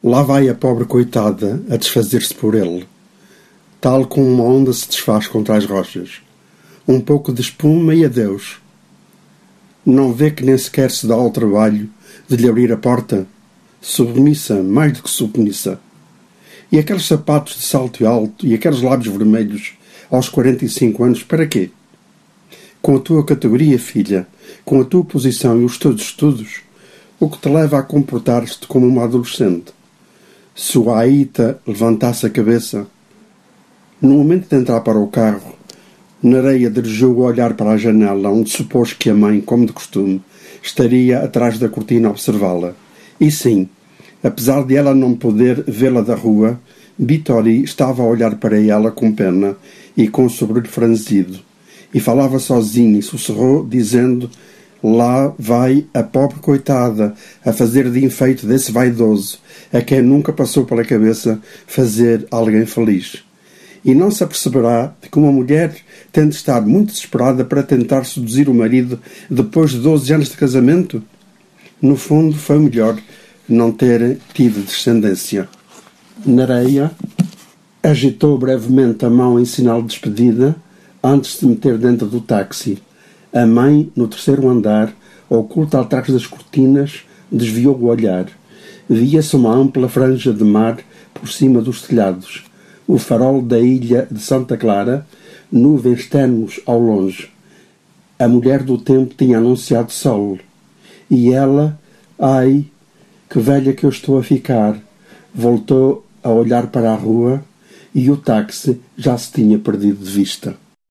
Lá vai a pobre coitada a desfazer-se por ele, tal como uma onda se desfaz contra as rochas. Um pouco de espuma e adeus. Não vê que nem sequer se dá ao trabalho de lhe abrir a porta? Submissa, mais do que submissa. E aqueles sapatos de salto alto e aqueles lábios vermelhos aos 45 anos, para quê? Com a tua categoria, filha, com a tua posição e os teus estudos, o que te leva a comportar-te como uma adolescente? Se o Aita levantasse a cabeça, no momento de entrar para o carro, Nereia dirigiu o olhar para a janela, onde supôs que a mãe, como de costume, estaria atrás da cortina a observá-la. E sim, apesar de ela não poder vê-la da rua, Vittori estava a olhar para ela com pena e com o sobreolho franzido, e falava sozinho e sussurrou, dizendo: lá vai a pobre coitada a fazer de enfeite desse vaidoso, a quem nunca passou pela cabeça fazer alguém feliz. E não se aperceberá de que uma mulher tem de estar muito desesperada para tentar seduzir o marido depois de 12 anos de casamento? No fundo, foi melhor não ter tido descendência. Nereia agitou brevemente a mão em sinal de despedida antes de se meter dentro do táxi. A mãe, no terceiro andar, oculta atrás das cortinas, desviou o olhar. Via-se uma ampla franja de mar por cima dos telhados. O farol da ilha de Santa Clara, nuvens ténues ao longe. A mulher do tempo tinha anunciado sol. E ela, ai, que velha que eu estou a ficar, voltou a olhar para a rua e o táxi já se tinha perdido de vista.